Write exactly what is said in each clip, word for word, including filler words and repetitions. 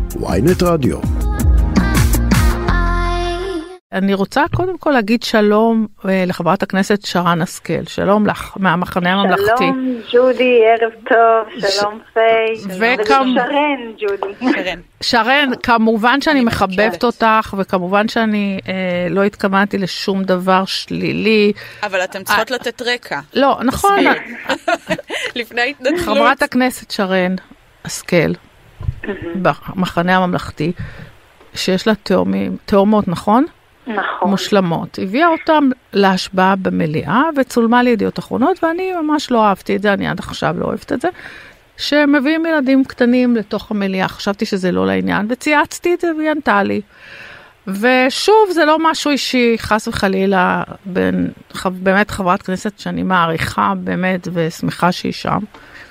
וויינט רדיו. אני רוצה קודם כל להגיד שלום לחברת הכנסת שרן השכל. שלום לך, מהמחנה הממלכתי. שלום ג'ודי, ערב טוב, שלום פיי. וכם... שרן ג'ודי. שרן. שרן, כמובן שאני מחבבת אותך, וכמובן שאני אה, לא התכוונתי לשום דבר שלילי. אבל אתם צריכות לתת רקע. לא, נכון. לפני ההתנצלות. חברת הכנסת שרן השכל, במחנה הממלכתי, שיש לה תאומים, תאומות, נכון? נכון. מושלמות. הביאה אותם להשבעה במליאה, וצולמה לידיעות אחרונות, ואני ממש לא אהבתי את זה, אני עד עכשיו לא אוהבת את זה, שמביאים ילדים קטנים לתוך המליאה, חשבתי שזה לא לעניין, וצייצתי את זה והיא ענתה לי. ושוב, זה לא משהו אישי, חס וחלילה, בין, באמת חברת כנסת שאני מעריכה באמת, ושמחה שהיא שם.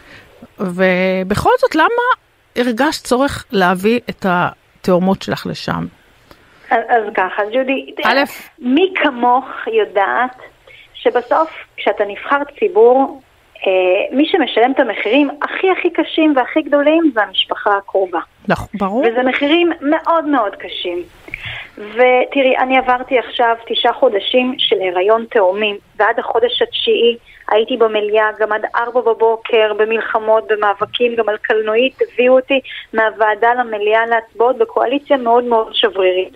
ובכל זאת, למה הרגשת צורך להביא את התאומות שלך לשם? אז, אז ככה, ג'ודי, א', מי כמוך יודעת שבסוף כשאתה נבחר ציבור, אה, מי שמשלם את המחירים הכי הכי קשים והכי גדולים זה המשפחה הקרובה. נכון, ברור. וזה מחירים מאוד מאוד קשים. ותראי, אני עברתי עכשיו תשעה חודשים של הריון תאומים, ועד החודש התשיעי הייתי במליאה גם עד ארבע בבוקר, במלחמות, במאבקים, גם על קלנועית, הביאו אותי מהוועדה למליאה להצבעות בקואליציה מאוד מאוד שברירית.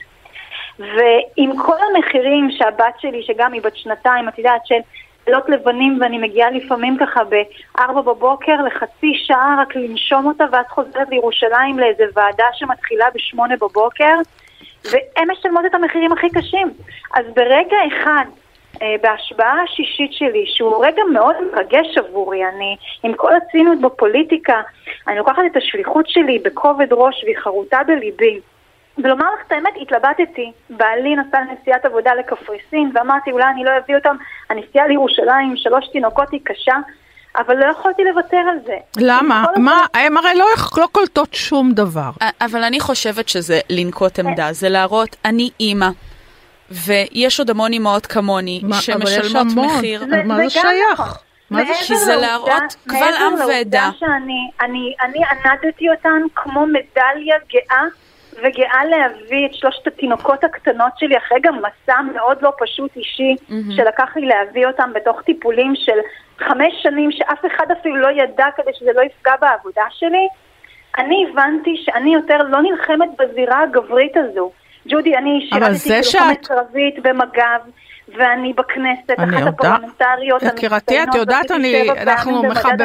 ועם כל המחירים שהבת שלי, שגם היא בת שנתיים, את יודעת, של לילות לבנים, ואני מגיעה לפעמים ככה בארבע בבוקר לחצי שעה רק לנשום אותה, ואז חוזרת לירושלים לאיזו ועדה שמתחילה בשמונה בבוקר, והם משלמות את המחירים הכי קשים. אז ברגע אחד, בהשבעה השישית שלי, שהוא רגע מאוד מרגש עבורי, אני עם כל הציניות בפוליטיקה, אני לוקחת את השליחות שלי בכובד ראש והיא חרוטה בליבי. ולומר לך את האמת, התלבטתי, בעלי נסע לנסיעת עבודה לקפריסין, ואמרתי אולי אני לא אביא אותם, הנסיעה לירושלים עם שלוש תינוקות היא קשה, אבל לא יכולתי לוותר על זה. למה? מה? הם הרי לא, לא קולטות שום דבר. אבל אני חושבת שזה לנקוט עמדה, זה להראות, אני אימא, ויש עוד המון אימהות כמוני, שמשלמות מחיר. מה זה שייך? כי זה להראות קבל עם ועדה. אני ענדתי אותן כמו מדליה גאה, וגאה להביא את שלושת התינוקות הקטנות שלי, אחרי גם מסע מאוד לא פשוט אישי, שלקח לי להביא אותם בתוך טיפולים של חמש שנים, שאף אחד אפילו לא ידע כדי שזה לא יפגע בעבודה שלי. אני הבנתי שאני יותר לא נלחמת בזירה הגברית הזו. ג'ודי, אני שירתתי כלוחמת קרבית במג"ב, ואני בכנסת, אחת הפרלמנטריות. יקירתי, את יודעת, אנחנו מחבב...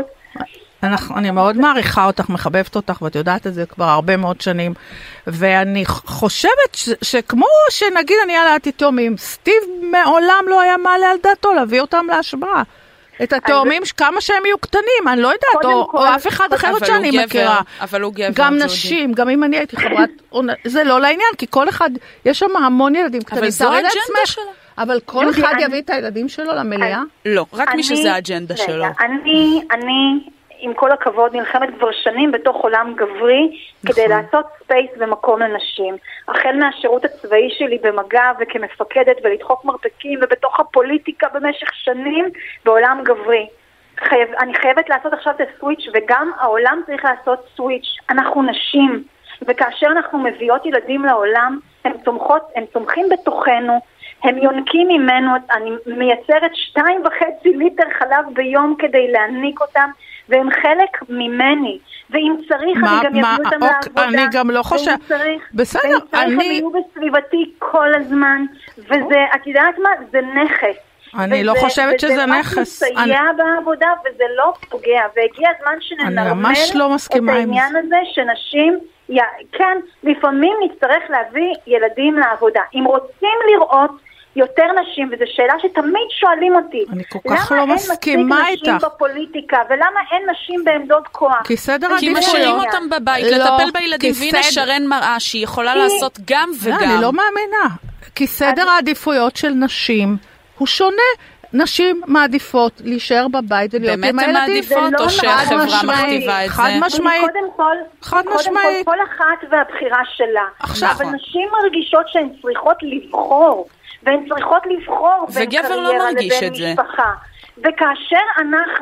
אני מאוד מעריכה אותך, מחבבת אותך, ואת יודעת את זה כבר הרבה מאוד שנים, ואני חושבת שכמו שנגיד אני ילדתי תאומים, סטיב מעולם לא היה מעלה על דעתו להביא אותם להשבעה. את התאומים, כמה שהם יהיו קטנים, אני לא יודעת, או אף אחד אחרת שאני מכירה. אבל הוא גבר. גם נשים, גם אם אני הייתי חברת, זה לא לעניין, כי כל אחד, יש שם המון ילדים קטנים. אבל זו האג'נדה שלה. אבל כל אחד יביא את הילדים שלו למליאה? לא, רק מי שזה האג'נדה שלו. אני, אני... עם כל הכבוד, נלחמת כבר שנים בתוך עולם גברי, כדי לעשות ספייס ומקום לנשים. החל מהשירות הצבאי שלי במג"ב וכמפקדת ולדחוק מרפקים, ובתוך הפוליטיקה במשך שנים בעולם גברי. חייב, אני חייבת לעשות עכשיו את הסוויץ', וגם העולם צריך לעשות סוויץ'. אנחנו נשים, וכאשר אנחנו מביאות ילדים לעולם, הם צומחות, הם צומחים בתוכנו, הם יונקים ממנו, אני מייצרת שתיים וחצי ליטר חלב ביום כדי להעניק אותם, והם חלק ממני, ואם צריך אני גם יביאו אותם לעבודה, אני גם לא חושב, ואם צריך, בסדר, ואם צריך הם יהיו בסביבתי כל הזמן, וזה, את יודעת מה? זה נכס. אני לא חושבת שזה נכס. וזה מסייע בעבודה, וזה לא פוגע, והגיע הזמן שננרמל את העניין הזה, שנשים, כן, לפעמים נצטרך להביא ילדים לעבודה. אם רוצים לראות יותר נשים, וזו שאלה שתמיד שואלים אותי. אני כל כך לא מסכימה איתך. למה אין מספיק נשים בפוליטיקה, ולמה אין נשים בעמדות כוח? כי סדר עדיפויות. כי משאירים אותם בבית, לטפל בילדים, והנה שרן מראה שהיא יכולה לעשות גם וגם. אני לא מאמינה. כי סדר העדיפויות של נשים הוא שונה. נשים מעדיפות להישאר בבית ולהיות עם הילדים. באמת הן מעדיפות או שהחברה מכתיבה את זה? חד משמעית. קודם כל, חד משמעית. כל אחת והבחירה שלה. עכשיו. אבל נשים מרגישות שהן צריכות לבחור. והן צריכות לבחור בין קריירה לבין משפחה. וכאשר אנחנו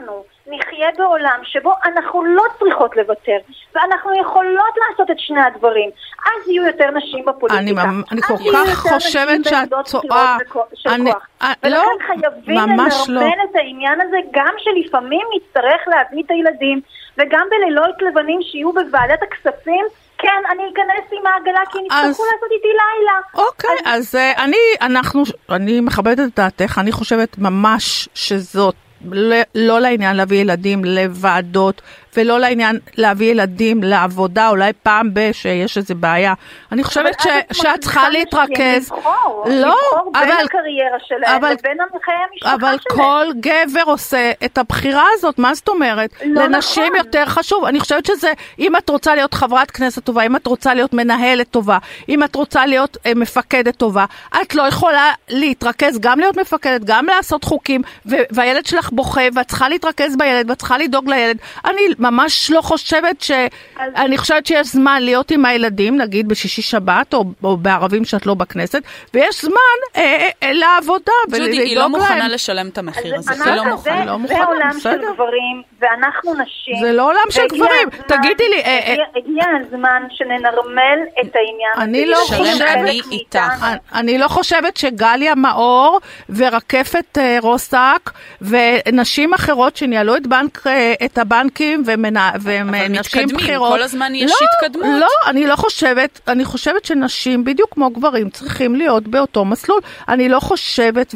נחיה בעולם שבו אנחנו לא צריכות לוותר, ואנחנו יכולות לעשות את שני הדברים. אז יהיו יותר נשים בפוליטיקה. אני, אני כל כך חושבת שאת טועה. אני, ולכן לא, חייבים לנרמל את העניין הזה, גם שלפעמים נצטרך להביא את הילדים, וגם בלילות לבנים שיהיו בוועדת הכספים, כן, אני אכנס עם העגלה, כי נצטרכו אז... לעשות איתי לילה. אוקיי, אז, אז uh, אני, אנחנו, אני מכבדת את דעתך, אני חושבת ממש שזאת, לא, לא לעניין להביא ילדים לוועדות, ולא לעניין להביא ילדים לעבודה, אולי פעם שיש איזו בעיה. אני חושבת שאת צריכה להתרכז. לבחור, לבחור בין הקריירה שלהם לבין חיי המשפחה שלהם. אבל כל גבר עושה את הבחירה הזאת, מה זאת אומרת? לנשים יותר חשוב. אני חושבת שזה, אם את רוצה להיות חברת כנסת טובה, אם את רוצה להיות מנהלת טובה, אם את רוצה להיות מפקדת טובה, את לא יכולה להתרכז, גם להיות מפקדת, גם לעשות חוקים, והילד שלך בוכה, ואת צריכה להתרכז בילד, ואת צריכה לדאוג לילד. אני ממש לא חושבת ש... אז... אני חושבת שיש זמן להיות עם הילדים, נגיד בשישי שבת, או, או בערבים שאת לא בכנסת, ויש זמן אה, אה, לעבודה. ג'ודי, היא לא מוכנה להם. לשלם את המחיר הזה. זה לא מוכנה. זה, לא מוכנה. זה עולם בסדר. של גברים, ואנחנו נשים. זה לא עולם של גברים. הזמן, תגידי לי... הגיע, אה, הגיע הזמן שננרמל את העניין. אני לא חושבת... אני איתך. אני, אני לא חושבת שגליה מאור, ורקפת אה, רוסק, ונשים אחרות שניהלו את, בנק, אה, את הבנקים, ומנ... והם נשים בחירות. כל הזמן יש לא, התקדמות. לא, אני לא חושבת, אני חושבת שנשים בדיוק כמו גברים צריכים להיות באותו מסלול. אני לא חושבת,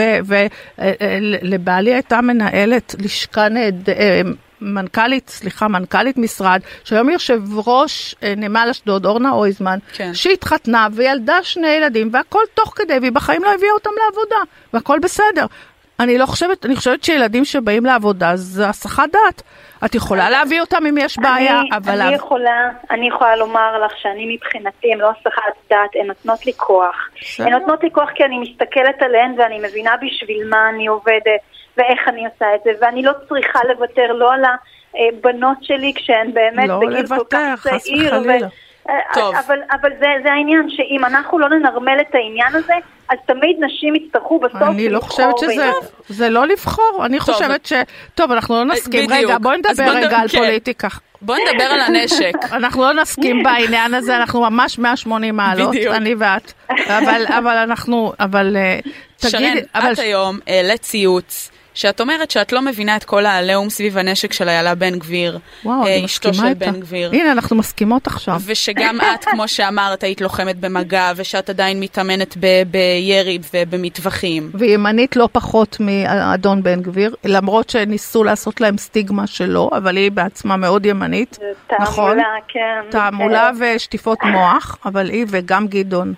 ולבעלי הייתה מנהלת לשכה נהד, מנכ"לית, סליחה, מנכ"לית משרד, שהיום יושב ראש נמל אשדוד, אורנה אויזמן, כן. שהתחתנה וילדה שני ילדים, והכל תוך כדי, והיא בחיים לא הביאה אותם לעבודה, והכל בסדר. אני לא חושבת, אני חושבת שילדים שבאים לעבודה, זה הסחת דעת. את יכולה להביא אותם אם יש בעיה, אני, אבל... אני יכולה, אני יכולה לומר לך שאני מבחינתי, הן לא הסחת דעת, הן נותנות לי כוח. הן נותנות לי כוח כי אני מסתכלת עליהן, ואני מבינה בשביל מה אני עובדת, ואיך אני עושה את זה, ואני לא צריכה לוותר לא על הבנות שלי, כשהן באמת לא בגיל לוותר, כל כך צעיר. חס וחלילה. טוב. אבל, אבל זה, זה העניין, שאם אנחנו לא ננרמל את העניין הזה, אז תמיד נשים יצטרכו בסוף לבחור. אני לא חושבת שזה, זה לא לבחור, אני טוב. חושבת ש... טוב, אנחנו לא נסכים. בדיוק. רגע, בואי נדבר בוא רגע על כן. פוליטיקה. בואי נדבר על הנשק. אנחנו לא נסכים בעניין הזה, אנחנו ממש מאה ושמונים מעלות, בדיוק. אני ואת. אבל, אבל אנחנו, אבל... שרן, תגיד, אבל... את היום העלית ציוץ, שאת אומרת שאת לא מבינה את כל העליהום סביב הנשק של איילה בן גביר, אשתו של בן גביר. הנה, אנחנו מסכימות עכשיו. ושגם את, כמו שאמרת, היית לוחמת במגע, ושאת עדיין מתאמנת בירי ובמטווחים. וימנית לא פחות מאדון בן גביר, למרות שניסו לעשות להם סטיגמה שלו, אבל היא בעצמה מאוד ימנית. תעמולה, כן. תעמולה ושטיפות מוח, אבל היא וגם גדעון.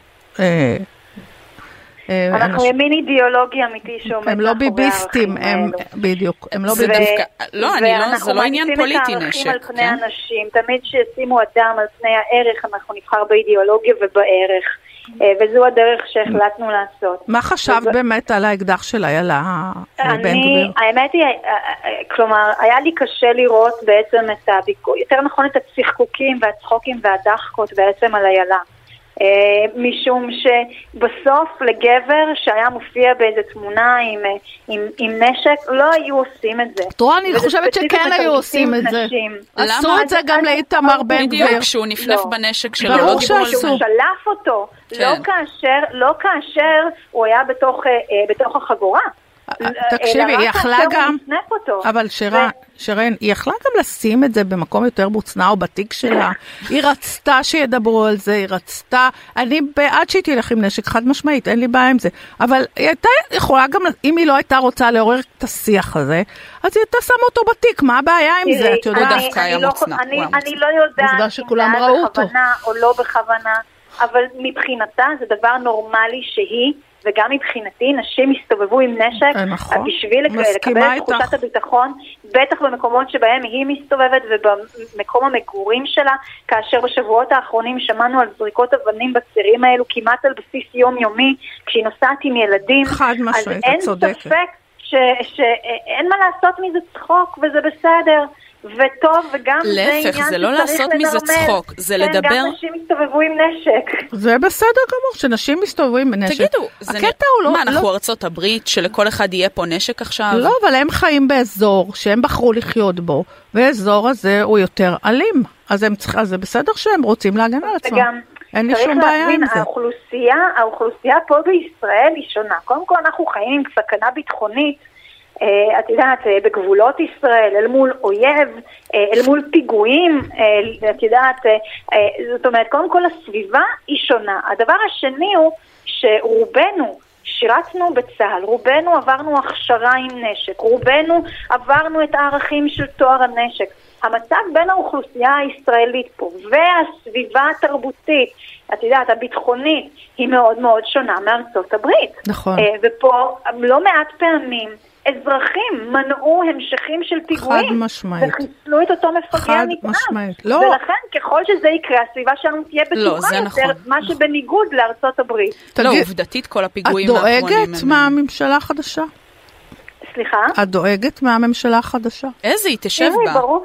אנחנו ימין אידיאולוגי אמיתי שעומד הם לא ביביסטים, הם בדיוק, הם לא ביביסטים. לא, אני לא, זה לא עניין פוליטי נשק. על פני אנשים, תמיד שישימו אדם על פני הערך, אנחנו נבחר באידיאולוגיה ובערך, וזו הדרך שהחלטנו לעשות. מה חשבת באמת על האקדח של איילה בן גביר? האמת היא, כלומר, היה לי קשה לראות בעצם את הביקור, יותר נכון את הצחקוקים והצחוקים והדחקות בעצם על איילה. משום שבסוף לגבר שהיה מופיע באיזו תמונה עם, עם, עם נשק, לא היו עושים את זה. תראה, אני חושבת שכן היו עושים את זה. עשו את זה גם לאיתמר בן גביר. בדיוק, כשהוא נפנף בנשק שלו. ברור שעשו. שהוא שלף אותו, לא כאשר, לא כאשר הוא היה בתוך החגורה. תקשיבי, היא יכלה גם, אבל שרן, היא יכלה גם לשים את זה במקום יותר מוצנע או בתיק שלה. היא רצתה שידברו על זה, היא רצתה, אני בעד שהיא תלך עם נשק חד משמעית, אין לי בעיה עם זה, אבל היא הייתה יכולה גם, אם היא לא הייתה רוצה לעורר את השיח הזה, אז היא הייתה שמה אותו בתיק, מה הבעיה עם זה? את יודעת, דווקא היה מוצנע. אני לא יודעת אם זה היה בכוונה או לא בכוונה, אבל מבחינתה זה דבר נורמלי שהיא, וגם מבחינתי, נשים הסתובבו עם נשק, נכון, בשביל לקבל את תחושת הביטחון, בטח במקומות שבהם היא מסתובבת, ובמקום המגורים שלה, כאשר בשבועות האחרונים שמענו על זריקות אבנים בצירים האלו, כמעט על בסיס יומיומי, כשהיא נוסעת עם ילדים, חד משמעית, את צודקת. אז אין ספק שאין מה לעשות מזה צחוק, וזה בסדר. וטוב, וגם זה עניין להפך, זה לא לעשות מזה צחוק, זה לדבר... גם נשים מסתובבו עם נשק. זה בסדר גמור, שנשים מסתובבו עם נשק. תגידו, מה, אנחנו ארצות הברית, שלכל אחד יהיה פה נשק עכשיו? לא, אבל הם חיים באזור שהם בחרו לחיות בו, והאזור הזה הוא יותר אלים. אז זה בסדר שהם רוצים להגן על עצמם. אין לי שום בעיה עם זה. האוכלוסייה, האוכלוסייה פה בישראל היא שונה. קודם כל אנחנו חיים עם סכנה ביטחונית, את יודעת, בגבולות ישראל, אל מול אויב, אל מול פיגועים, את יודעת, זאת אומרת, קודם כל הסביבה היא שונה. הדבר השני הוא שרובנו שירתנו בצהל, רובנו עברנו הכשרה עם נשק, רובנו עברנו את הערכים של תואר הנשק. המצב בין האוכלוסייה הישראלית פה והסביבה התרבותית, את יודעת, הביטחונית, היא מאוד מאוד שונה מארצות הברית. נכון. ופה לא מעט פעמים אזרחים מנעו המשכים של פיגועים. חד משמעית. וחיסלו את אותו מפגע נתעב. חד משמעית. לא. ולכן ככל שזה יקרה, הסביבה שלנו תהיה בטוחה לא, יותר, נכון. מה שבניגוד לארצות הברית. לא, עובדתית כל הפיגועים האחרונים. את דואגת מהממשלה החדשה? סליחה? את דואגת מהממשלה החדשה? איזה, היא תשב בה. ברור.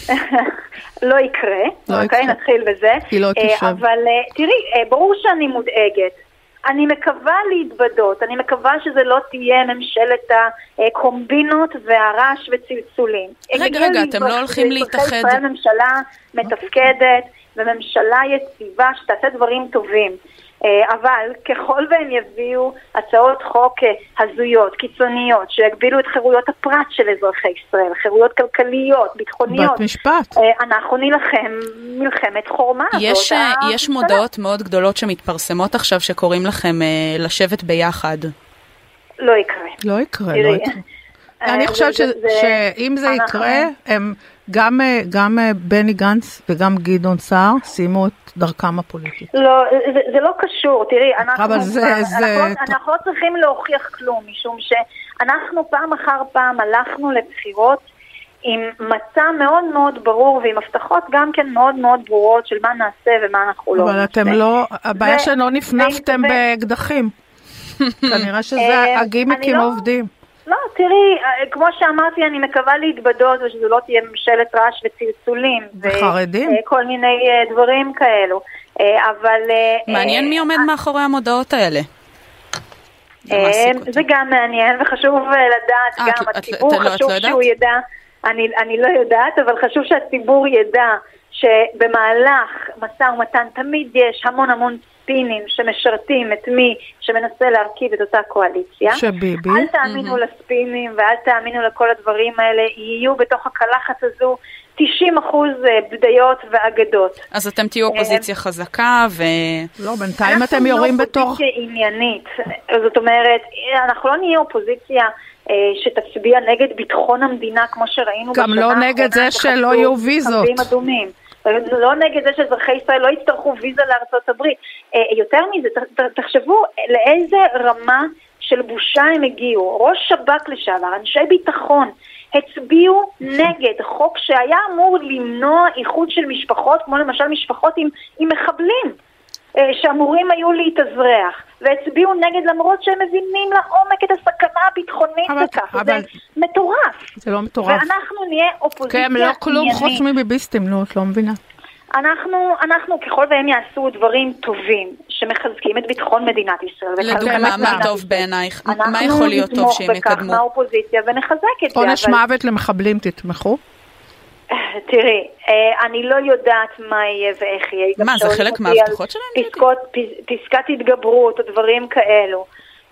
לא יקרה. לא אוקיי, יקרה. נתחיל בזה. היא לא תשב. אבל תראי, ברור שאני מודאגת. אני מקווה להתבדות, אני מקווה שזה לא תהיה ממשלת הקומבינות והרעש וצלצולים. רגע, רגע, אתם לא הולכים להתאחד. ישראל ממשלה מתפקדת וממשלה יציבה שתעשה דברים טובים. אבל ככל והם יביאו הצעות חוק הזויות, קיצוניות, שיגבילו את חירויות הפרט של אזרחי ישראל, חירויות כלכליות, ביטחוניות. בת משפט. אנחנו נלחם מלחמת חורמה. יש, יש מודעות מאוד גדולות שמתפרסמות עכשיו שקוראים לכם לשבת ביחד. לא יקרה. לא יקרה, לא יקרה. אני חושבת שאם זה יקרה, הם גם, גם בני גנץ וגם גדעון סער סיימו את דרכם הפוליטית. לא, זה, זה לא קשור, תראי, אנחנו, אבל זה, אנחנו, זה... אנחנו, אנחנו לא צריכים להוכיח כלום, משום שאנחנו פעם אחר פעם הלכנו לבחירות עם מצע מאוד מאוד ברור, ועם הבטחות גם כן מאוד מאוד ברורות של מה נעשה ומה אנחנו לא נעשה. אבל אתם לא, הבעיה שלא נפנפתם בגדכים. כנראה שזה הגימיקים עובדים. לא, תראי, כמו שאמרתי, אני מקווה להתבדות ושזו לא תהיה ממשלת רעש וצלצולים. וחרדים. וכל מיני דברים כאלו. אבל... מעניין מי עומד מאחורי המודעות האלה. זה גם מעניין וחשוב לדעת גם הציבור, חשוב שהוא ידע, אני לא יודעת, אבל חשוב שהציבור ידע שבמהלך משא ומתן תמיד יש המון המון ספינים שמשרתים את מי שמנסה להרכיב את אותה קואליציה. שביבי. אל תאמינו לספינים ואל תאמינו לכל הדברים האלה, יהיו בתוך הקלחת הזו תשעים אחוז בדיות ואגדות. אז אתם תהיו אופוזיציה חזקה ו... לא, בינתיים אתם יורים בתוך... אנחנו לא אופוזיציה עניינית. זאת אומרת, אנחנו לא נהיה אופוזיציה שתצביע נגד ביטחון המדינה כמו שראינו בשנה. גם לא נגד זה שלא יהיו ויזות. לא נגד זה שאזרחי ישראל לא יצטרכו ויזה לארצות הברית. יותר מזה, תחשבו לאיזה רמה של בושה הם הגיעו. ראש שב"כ לשעבר, אנשי ביטחון, הצביעו נגד חוק שהיה אמור למנוע איחוד של משפחות, כמו למשל משפחות עם, עם מחבלים, שאמורים היו להתאזרח, והצביעו נגד למרות שהם מבינים לעומק את הסכנה הביטחונית בכך. אבל... זה מטורף. זה לא מטורף. ואנחנו נהיה אופוזיציה עניינית. כן, לא כלום חוץ מביביסטים, נו, את לא מבינה. אנחנו, אנחנו ככל והם יעשו דברים טובים, שמחזקים את ביטחון מדינת ישראל. לדוגמה, מה טוב בעינייך? מה יכול להיות טוב שהם יקדמו? אנחנו נתמוך בכך מהאופוזיציה ונחזק את זה. עונש מוות למחבלים תתמכו? תראי, אני לא יודעת מה יהיה ואיך יהיה. מה, זה חלק מההבטחות שלהם? פסקת התגברות או דברים כאלו.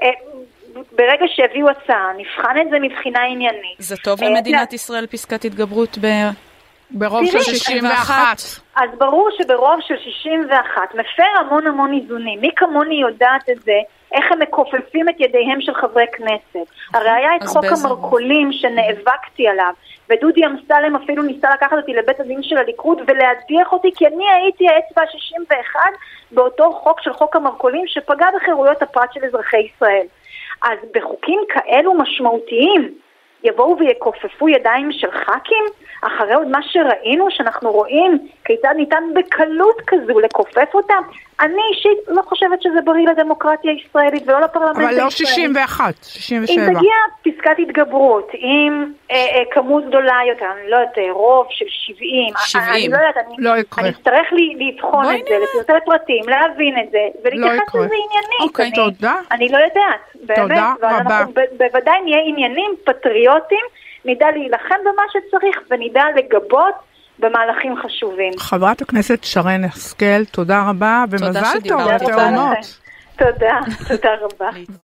ברגע שהביאו הצעה, נבחן את זה מבחינה עניינית. זה טוב למדינת ישראל פסקת התגברות ב... ברוב של שישים ואחת. אז ברור שברוב של שישים ואחת מפר המון המון איזונים. מי כמוני יודעת את זה, איך הם מקופפים את ידיהם של חברי כנסת. הרי היה את חוק המרכולים שנאבקתי עליו, ודודי אמסלם אפילו ניסה לקחת אותי לבית הדין של הליכוד ולהדיח אותי, כי אני הייתי האצבע שישים ואחת באותו חוק של חוק המרכולים שפגע בחירויות הפרט של אזרחי ישראל. אז בחוקים כאלו משמעותיים, יבואו ויקופפו ידיים של ח"כים, אחרי עוד מה שראינו, שאנחנו רואים כיצד ניתן בקלות כזו לקופף אותם, אני אישית לא חושבת שזה בריא לדמוקרטיה הישראלית ולא לפרלמנט הישראלי. אבל לא שישים ואחת, שישים ושבע. אם תגיע פסקת התגברות, עם אה, אה, כמות גדולה יותר, אני לא יודעת, רוב של שבעים, שבעים. אני לא יודעת, אני, לא יקרה. אני אצטרך לבחון את זה, לפרטי פרטים, להבין את זה, ולהתייחס לזה עניינית. אוקיי, אני, תודה. אני לא יודעת, באמת. תודה רבה. אנחנו בוודאי נהיה עניינים פטריוטים, נדע להילחם במה שצריך, ונדע לגבות במהלכים חשובים. חברת הכנסת שרן השכל, תודה רבה, ומזל טוב לתאומות. תודה, תודה רבה.